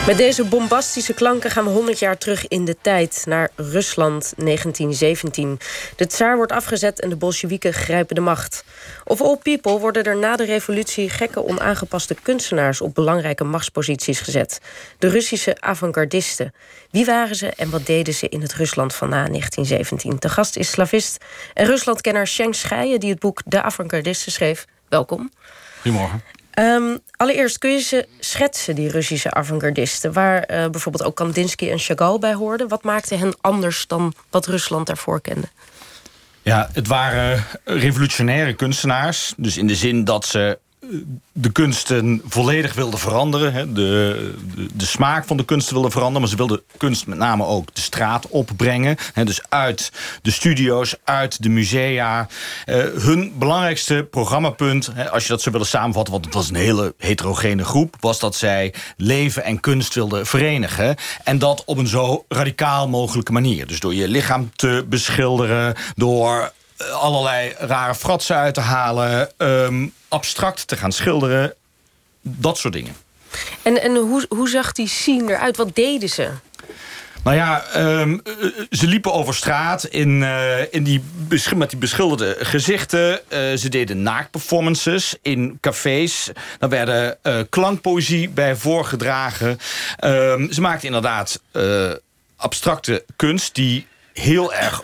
Met deze bombastische klanken gaan we 100 jaar terug in de tijd, naar Rusland 1917. De tsaar wordt afgezet en de Bolsjewieken grijpen de macht. Of all people worden er na de revolutie gekke onaangepaste kunstenaars op belangrijke machtsposities gezet. De Russische avant-gardisten. Wie waren ze en wat deden ze in het Rusland van na 1917? De gast is slavist en Ruslandkenner Schenk Schije, die het boek De Avant-gardisten schreef. Welkom. Goedemorgen. Allereerst, kun je ze schetsen, die Russische avant-gardisten, waar bijvoorbeeld ook Kandinsky en Chagall bij hoorden? Wat maakte hen anders dan wat Rusland daarvoor kende? Ja, het waren revolutionaire kunstenaars. Dus in de zin dat ze de kunsten volledig wilden veranderen. Hè. De smaak van de kunsten wilden veranderen. Maar ze wilden kunst met name ook de straat opbrengen. Hè. Dus uit de studio's, uit de musea. Hun belangrijkste programmapunt, hè, als je dat zou willen samenvatten, want het was een hele heterogene groep, was dat zij leven en kunst wilden verenigen. En dat op een zo radicaal mogelijke manier. Dus door je lichaam te beschilderen, door allerlei rare fratsen uit te halen, abstract te gaan schilderen, dat soort dingen. En hoe zag die scene eruit? Wat deden ze? Nou ja, ze liepen over straat met die beschilderde gezichten. Ze deden naaktperformances in cafés. Daar werden klankpoëzie bij voorgedragen. Ze maakten inderdaad abstracte kunst die heel erg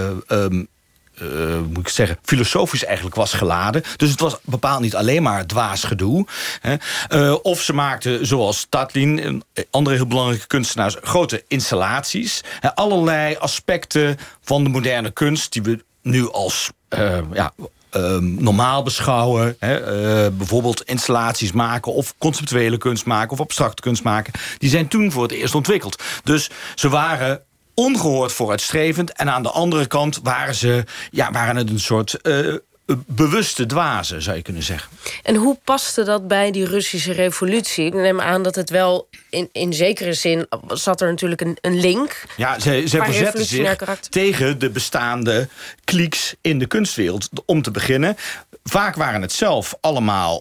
moet ik zeggen, filosofisch eigenlijk was geladen. Dus het was bepaald niet alleen maar dwaas gedoe. Of ze maakten, zoals Tatlin en andere heel belangrijke kunstenaars, grote installaties. Allerlei aspecten van de moderne kunst die we nu als normaal beschouwen. Bijvoorbeeld installaties maken of conceptuele kunst maken of abstracte kunst maken. Die zijn toen voor het eerst ontwikkeld. Dus ze waren ongehoord vooruitstrevend. En aan de andere kant waren het een soort bewuste dwazen, zou je kunnen zeggen. En hoe paste dat bij die Russische revolutie? Ik neem aan dat het wel in zekere zin zat er natuurlijk een link. Ja, ze verzetten zich tegen de bestaande klieks in de kunstwereld. Om te beginnen. Vaak waren het zelf allemaal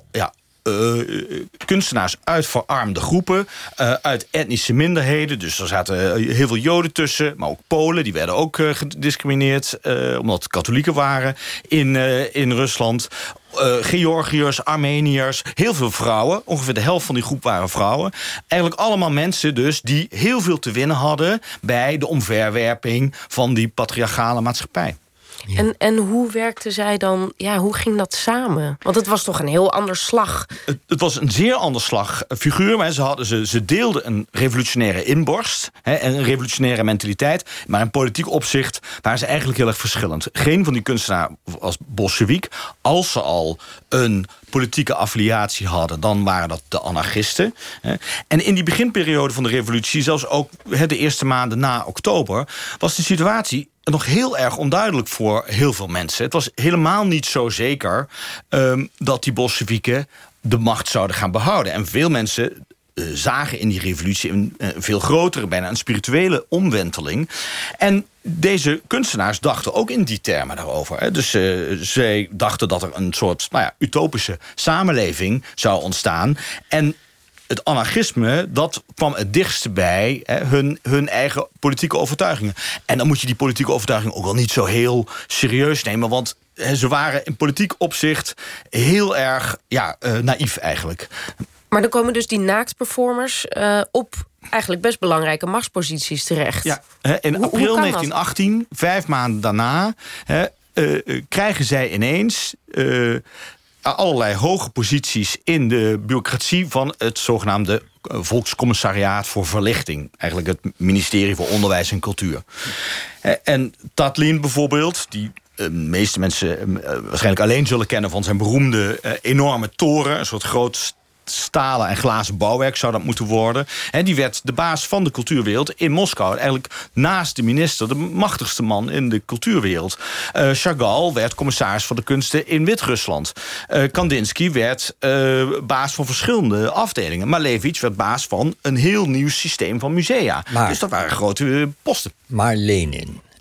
kunstenaars uit verarmde groepen, uit etnische minderheden. Dus er zaten heel veel Joden tussen, maar ook Polen. Die werden ook gediscrimineerd, omdat het katholieken waren in Rusland. Georgiërs, Armeniërs, heel veel vrouwen. Ongeveer de helft van die groep waren vrouwen. Eigenlijk allemaal mensen dus die heel veel te winnen hadden bij de omverwerping van die patriarchale maatschappij. Ja. En hoe werkte zij dan? Ja, hoe ging dat samen? Want het was toch een heel ander slag. Het was een zeer ander slagfiguur. Maar ze deelden een revolutionaire inborst. En een revolutionaire mentaliteit. Maar in politiek opzicht waren ze eigenlijk heel erg verschillend. Geen van die kunstenaars was Bolsjewiek. Als ze al een politieke affiliatie hadden, dan waren dat de anarchisten. En in die beginperiode van de revolutie, zelfs ook de eerste maanden na oktober, was de situatie nog heel erg onduidelijk voor heel veel mensen. Het was helemaal niet zo zeker dat die Bolsjewieken de macht zouden gaan behouden. En veel mensen zagen in die revolutie een veel grotere, bijna een spirituele omwenteling. En deze kunstenaars dachten ook in die termen daarover. Dus zij dachten dat er een soort utopische samenleving zou ontstaan. En het anarchisme, dat kwam het dichtst bij hun eigen politieke overtuigingen. En dan moet je die politieke overtuiging ook wel niet zo heel serieus nemen, want ze waren in politiek opzicht heel erg naïef eigenlijk. Maar dan komen dus die naaktperformers op eigenlijk best belangrijke machtsposities terecht. Ja, in april 1918, 5 maanden daarna, krijgen zij ineens allerlei hoge posities in de bureaucratie van het zogenaamde Volkscommissariaat voor Verlichting. Eigenlijk het ministerie voor Onderwijs en Cultuur. En Tatlin bijvoorbeeld, die de meeste mensen waarschijnlijk alleen zullen kennen van zijn beroemde enorme toren, een soort groot stalen en glazen bouwwerk zou dat moeten worden. Die werd de baas van de cultuurwereld in Moskou. Eigenlijk naast de minister de machtigste man in de cultuurwereld. Chagall werd commissaris van de kunsten in Wit-Rusland. Kandinsky werd baas van verschillende afdelingen. Malevich werd baas van een heel nieuw systeem van musea. Dus dat waren grote posten. Maar Lenin,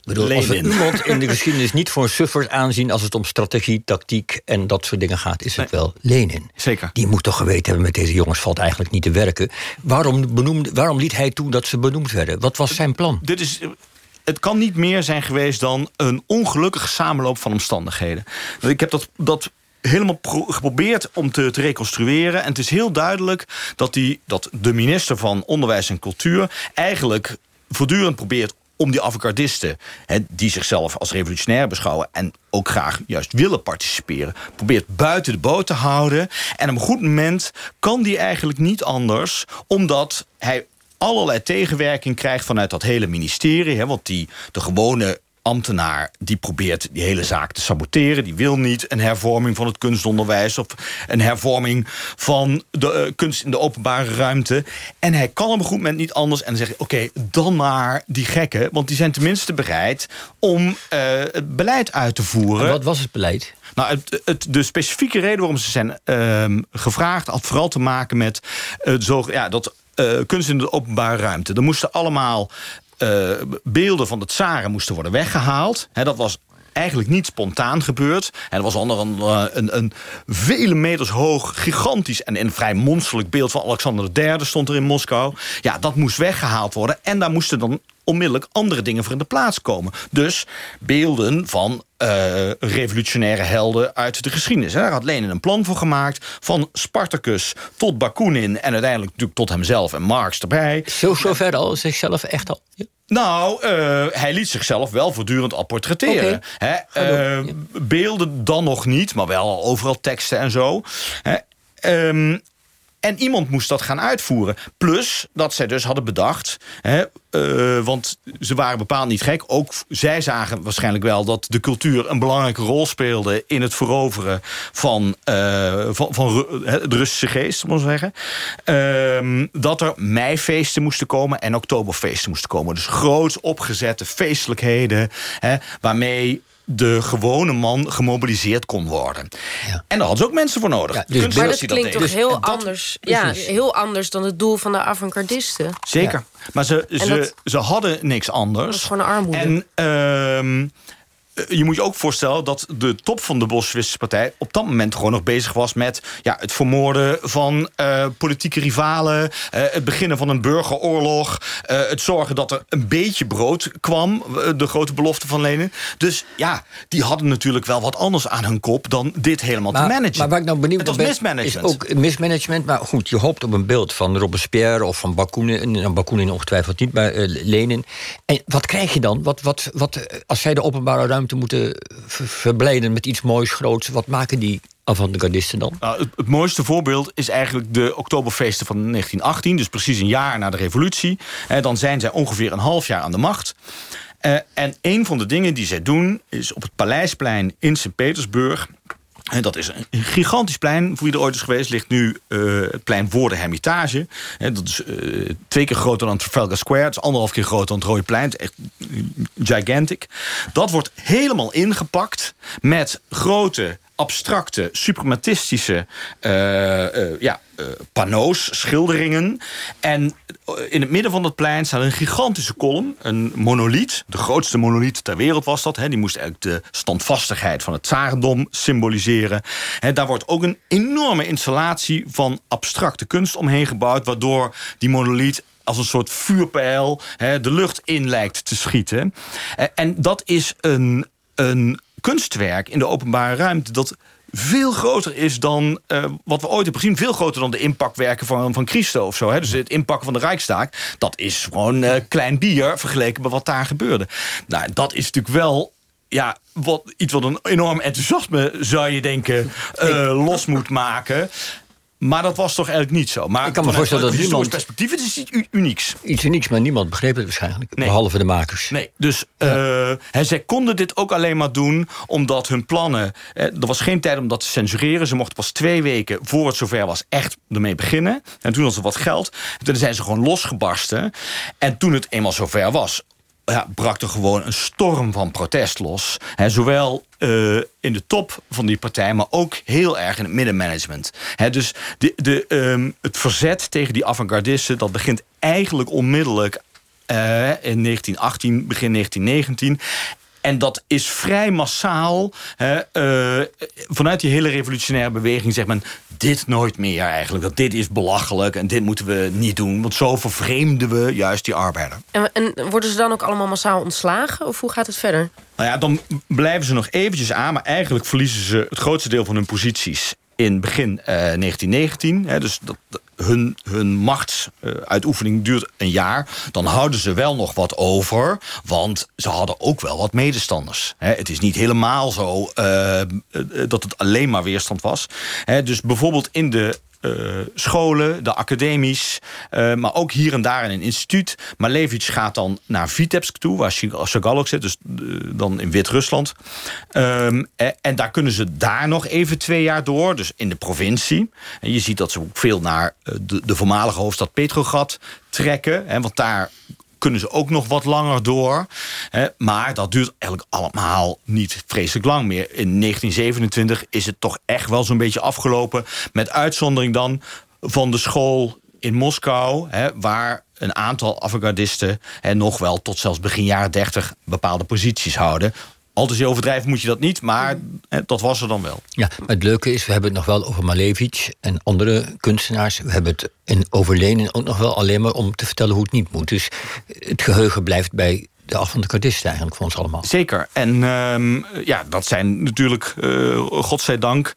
Als we iemand in de geschiedenis niet voor een sufferd aanzien als het om strategie, tactiek en dat soort dingen gaat, is het wel Lenin. Zeker. Die moet toch geweten hebben, met deze jongens valt eigenlijk niet te werken. Waarom liet hij toe dat ze benoemd werden? Wat was zijn plan? Het kan niet meer zijn geweest dan een ongelukkige samenloop van omstandigheden. Ik heb dat helemaal geprobeerd om te reconstrueren. En het is heel duidelijk dat de minister van Onderwijs en Cultuur eigenlijk voortdurend probeert om die avant-gardisten, die zichzelf als revolutionair beschouwen en ook graag juist willen participeren, probeert buiten de boot te houden. En op een goed moment kan die eigenlijk niet anders, omdat hij allerlei tegenwerking krijgt vanuit dat hele ministerie. Want de gewone ambtenaar die probeert die hele zaak te saboteren. Die wil niet een hervorming van het kunstonderwijs of een hervorming van de kunst in de openbare ruimte. En hij kan op een goed moment niet anders en dan zegt oké, dan maar die gekken, want die zijn tenminste bereid om het beleid uit te voeren. En wat was het beleid? Nou, de specifieke reden waarom ze zijn gevraagd had vooral te maken met kunst in de openbare ruimte. Er moesten allemaal beelden van de tsaren moesten worden weggehaald. Dat was eigenlijk niet spontaan gebeurd. En er was een vele meters hoog, gigantisch en een vrij monsterlijk beeld van Alexander III stond er in Moskou. Ja, dat moest weggehaald worden. En daar moesten dan onmiddellijk andere dingen voor in de plaats komen. Dus beelden van revolutionaire helden uit de geschiedenis. Daar had Lenin een plan voor gemaakt. Van Spartacus tot Bakunin en uiteindelijk natuurlijk tot hemzelf en Marx erbij. Zover al, zichzelf echt al? Ja. Nou, hij liet zichzelf wel voortdurend al portretteren. Beelden dan nog niet, maar wel overal teksten en zo. En iemand moest dat gaan uitvoeren. Plus dat zij dus hadden bedacht, want ze waren bepaald niet gek. Ook zij zagen waarschijnlijk wel dat de cultuur een belangrijke rol speelde in het veroveren van de Russische geest, moet ik zeggen. Dat er meifeesten moesten komen en oktoberfeesten moesten komen. Dus groots opgezette feestelijkheden, waarmee de gewone man gemobiliseerd kon worden. Ja. En daar hadden ze ook mensen voor nodig. Ja, dus maar dat klinkt toch heel anders. Ja, heel anders dan het doel van de avant-gardisten. Zeker. Ja. Maar ze hadden niks anders. Dat was gewoon een armoede. En je moet je ook voorstellen dat de top van de Bolsjewistische partij op dat moment gewoon nog bezig was met het vermoorden van politieke rivalen, het beginnen van een burgeroorlog, het zorgen dat er een beetje brood kwam, de grote belofte van Lenin. Dus die hadden natuurlijk wel wat anders aan hun kop dan dit helemaal te managen. Maar waar ik nou benieuwd naar ben, is ook mismanagement. Maar goed, je hoopt op een beeld van Robespierre of van Bakunin. Bakunin ongetwijfeld niet, maar Lenin. En wat krijg je dan? Wat als zij de openbare ruimte moeten verblijden met iets moois, groots. Wat maken die avant-gardisten dan? Nou, het mooiste voorbeeld is eigenlijk de oktoberfeesten van 1918. Dus precies een jaar na de revolutie. Dan zijn zij ongeveer een half jaar aan de macht. En een van de dingen die zij doen is op het Paleisplein in Sint-Petersburg. En dat is een gigantisch plein. Voor wie er ooit is geweest, ligt nu het plein voor de Hermitage. Dat is 2 keer groter dan Trafalgar Square. Het is 1,5 keer groter dan het Rode Plein. Het is echt gigantic. Dat wordt helemaal ingepakt met grote, abstracte, suprematistische panno's, schilderingen. En in het midden van dat plein staat een gigantische kolom, een monoliet. De grootste monoliet ter wereld was dat. Die moest eigenlijk de standvastigheid van het tsarendom symboliseren. Daar wordt ook een enorme installatie van abstracte kunst omheen gebouwd, waardoor die monoliet als een soort vuurpijl de lucht in lijkt te schieten. En dat is een kunstwerk in de openbare ruimte dat veel groter is dan wat we ooit hebben gezien. Veel groter dan de inpakwerken van Christo of zo. Dus het inpakken van de Rijksdag, dat is gewoon klein bier vergeleken met wat daar gebeurde. Nou, dat is natuurlijk wel iets wat een enorm enthousiasme, zou je denken, los moet maken. Maar dat was toch eigenlijk niet zo. Maar ik kan me voorstellen dat historisch perspectief, het is iets unieks. Iets unieks, maar niemand begreep het waarschijnlijk. Nee. Behalve de makers. Nee, dus zij konden dit ook alleen maar doen omdat hun plannen. Er was geen tijd om dat te censureren. Ze mochten pas 2 weken voor het zover was echt ermee beginnen. En toen hadden ze wat geld. En toen zijn ze gewoon losgebarsten. En toen het eenmaal zover was, brak er gewoon een storm van protest los. Zowel in de top van die partij, maar ook heel erg in het middenmanagement. Dus het verzet tegen die avant-gardisten, dat begint eigenlijk onmiddellijk in 1918, begin 1919. En dat is vrij massaal. Vanuit die hele revolutionaire beweging zegt men, dit nooit meer eigenlijk. Dat dit is belachelijk en dit moeten we niet doen. Want zo vervreemden we juist die arbeider. En worden ze dan ook allemaal massaal ontslagen? Of hoe gaat het verder? Nou ja, dan blijven ze nog eventjes aan. Maar eigenlijk verliezen ze het grootste deel van hun posities in begin 1919. Dus hun machtsuitoefening duurt een jaar. Dan houden ze wel nog wat over. Want ze hadden ook wel wat medestanders. Het is niet helemaal zo dat het alleen maar weerstand was. Dus bijvoorbeeld in de scholen, de academies, maar ook hier en daar in een instituut. Malevich gaat dan naar Vitebsk toe, waar Chagall ook zit, dus dan in Wit-Rusland. En daar kunnen ze daar nog even 2 jaar door, dus in de provincie. En je ziet dat ze ook veel naar de voormalige hoofdstad Petrograd trekken, want daar kunnen ze ook nog wat langer door. Maar dat duurt eigenlijk allemaal niet vreselijk lang meer. In 1927 is het toch echt wel zo'n beetje afgelopen. Met uitzondering dan van de school in Moskou, waar een aantal avant-gardisten nog wel tot zelfs begin jaren 30 bepaalde posities houden. Al te zeer overdrijven moet je dat niet, maar dat was er dan wel. Ja, maar het leuke is, we hebben het nog wel over Malevich en andere kunstenaars. We hebben het over Lenin ook nog wel alleen maar om te vertellen hoe het niet moet. Dus het geheugen blijft bij de avant-gardisten eigenlijk voor ons allemaal. Zeker. En dat zijn natuurlijk, godzijdank,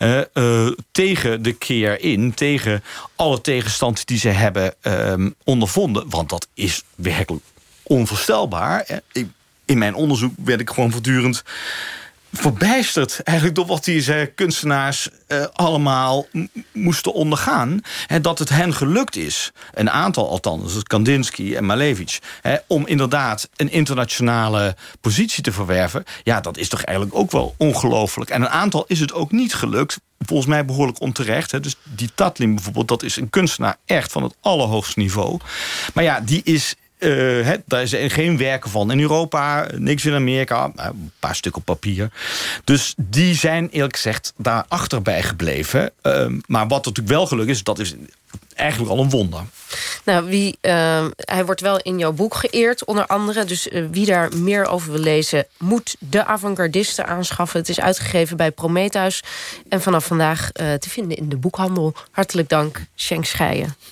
tegen de keer in, tegen alle tegenstand die ze hebben ondervonden. Want dat is werkelijk onvoorstelbaar. In mijn onderzoek werd ik gewoon voortdurend verbijsterd eigenlijk door wat deze kunstenaars allemaal moesten ondergaan. Dat het hen gelukt is, een aantal althans, Kandinsky en Malevich, om inderdaad een internationale positie te verwerven. Ja, dat is toch eigenlijk ook wel ongelooflijk. En een aantal is het ook niet gelukt, volgens mij behoorlijk onterecht. Dus die Tatlin bijvoorbeeld, dat is een kunstenaar echt van het allerhoogste niveau. Maar ja, die is daar zijn geen werken van in Europa, niks in Amerika, een paar stukken op papier. Dus die zijn eerlijk gezegd daar achterbij gebleven. Maar wat natuurlijk wel gelukt is, dat is eigenlijk al een wonder. Nou, hij wordt wel in jouw boek geëerd, onder andere. Dus wie daar meer over wil lezen, moet de avant-gardisten aanschaffen. Het is uitgegeven bij Prometheus en vanaf vandaag te vinden in de boekhandel. Hartelijk dank, Sjenk Scheijen.